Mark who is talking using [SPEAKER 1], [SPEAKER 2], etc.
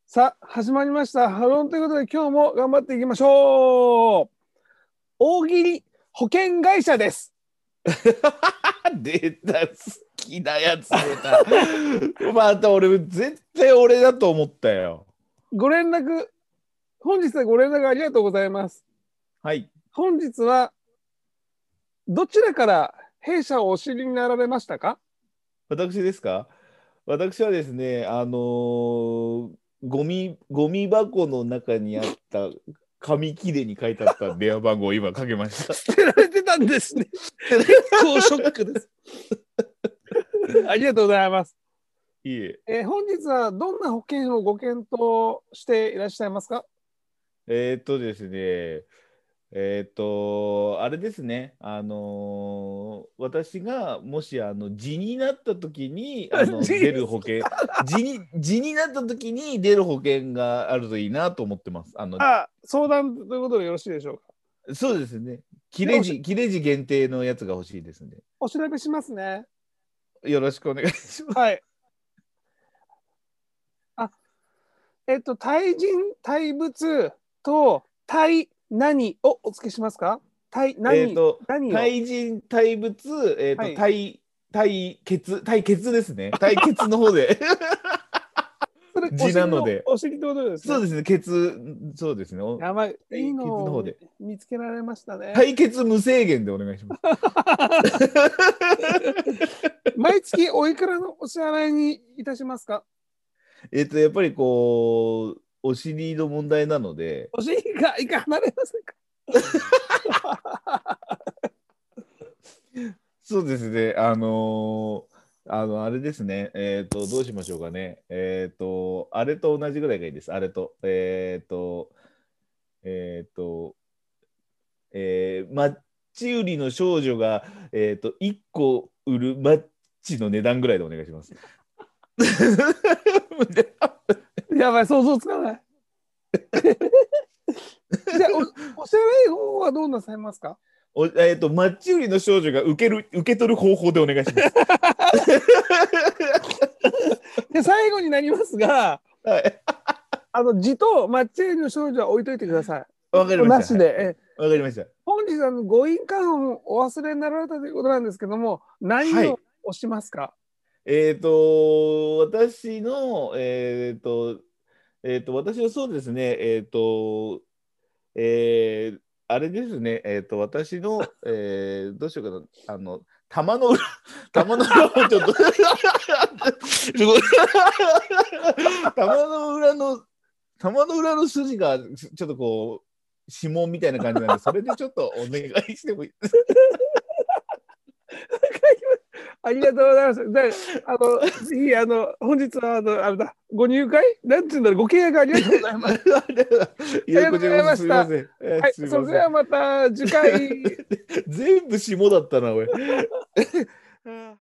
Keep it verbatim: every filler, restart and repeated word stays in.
[SPEAKER 1] さあ、始まりました。ハロンということで、今日も頑張っていきましょう。大喜利保険会社です。
[SPEAKER 2] 出た、好きなやつ出た。また俺、絶対俺だと思ったよ。
[SPEAKER 1] ご連絡、本日はご連絡ありがとうございます。
[SPEAKER 2] はい。
[SPEAKER 1] 本日は、どちらから弊社をお知りになられましたか？
[SPEAKER 2] 私ですか？私はですね、あのーゴミ、ゴミ箱の中にあった紙切れに書いてあった電話番号を今かけました。
[SPEAKER 1] 捨てられてたんですね。結構ショックです。ありがとうございます。
[SPEAKER 2] いえ。
[SPEAKER 1] えー本日はどんな保険をご検討していらっしゃいますか？
[SPEAKER 2] えーっとですね、えーっと、あれですね、あのー私がもしあの痔になった時にあの出る保険、痔に、痔になった時に出る保険があるといいなと思ってます。あの、
[SPEAKER 1] あ、相談ということでよろしいでしょうか？
[SPEAKER 2] そうですね、切
[SPEAKER 1] でおし
[SPEAKER 2] れ字、切れ字限定のやつが欲しいですね。
[SPEAKER 1] お調べしますね。
[SPEAKER 2] よろしくお願いします。
[SPEAKER 1] はい。あ、えっと、対人、対物と対何をお付けしますか？対何、
[SPEAKER 2] えーっと、
[SPEAKER 1] 何を。
[SPEAKER 2] 対人、対物、えーっと、
[SPEAKER 1] はい。
[SPEAKER 2] 対、対血、対血ですね。対血の方で。
[SPEAKER 1] それ、お
[SPEAKER 2] 字な
[SPEAKER 1] 尻の、
[SPEAKER 2] ので。
[SPEAKER 1] お尻ってことですね。
[SPEAKER 2] そうですね、血、そうですね。お
[SPEAKER 1] やばい、いい
[SPEAKER 2] 対血
[SPEAKER 1] のを
[SPEAKER 2] の方で。
[SPEAKER 1] 見つけられましたね。
[SPEAKER 2] 対決無制限でお願いします。
[SPEAKER 1] 毎月おいくらのお支払いにいたしますか？
[SPEAKER 2] えっと、やっぱりこう、お尻の問題なので、
[SPEAKER 1] お尻がいか離れませんか？
[SPEAKER 2] そうですね、あのーあの、あれですね、えっと、どうしましょうかね。えっと、あれと同じぐらいがいいです。あれと。えっと、えっと、えーマッチ売りの少女が、えっと、いっこ売るマッチの値段ぐらいでお願いします。
[SPEAKER 1] やばい、想像つかない。じゃあお、お支払い方法はどうなさいますか？
[SPEAKER 2] おえっと、マッチ売りの少女が受ける受け取る方法でお願いします。
[SPEAKER 1] で、最後になりますが、
[SPEAKER 2] はい。
[SPEAKER 1] あの字とマッチ売りの少女は置いといてください。
[SPEAKER 2] わかりました。はい。
[SPEAKER 1] なしで。え
[SPEAKER 2] わかりました。
[SPEAKER 1] 本日あのご印鑑をお忘れになられたということなんですけども、何を
[SPEAKER 2] はい。
[SPEAKER 1] 押しますか？
[SPEAKER 2] えっと、私の、えっと、えっと、私はそうですね、えっと、えーあれですね、えっと、私の、えーどうしようかな、あの、玉の裏、玉の裏をちょっとすごい玉の裏の、玉の裏の筋が、ちょっとこう、指紋みたいな感じなんで、それでちょっとお願いしてもいいですか？
[SPEAKER 1] ありがとうございます。で、あの、ぜひ、あの、本日は、あの、あれだ、ご入会なんていうんだろう、ご契約ありがとうございます。
[SPEAKER 2] いや、
[SPEAKER 1] ありがとうござい
[SPEAKER 2] こちらこそ
[SPEAKER 1] ました。
[SPEAKER 2] すみません。え
[SPEAKER 1] はい、
[SPEAKER 2] すみません。
[SPEAKER 1] それではまた次回。
[SPEAKER 2] 全部霜だったな、おい。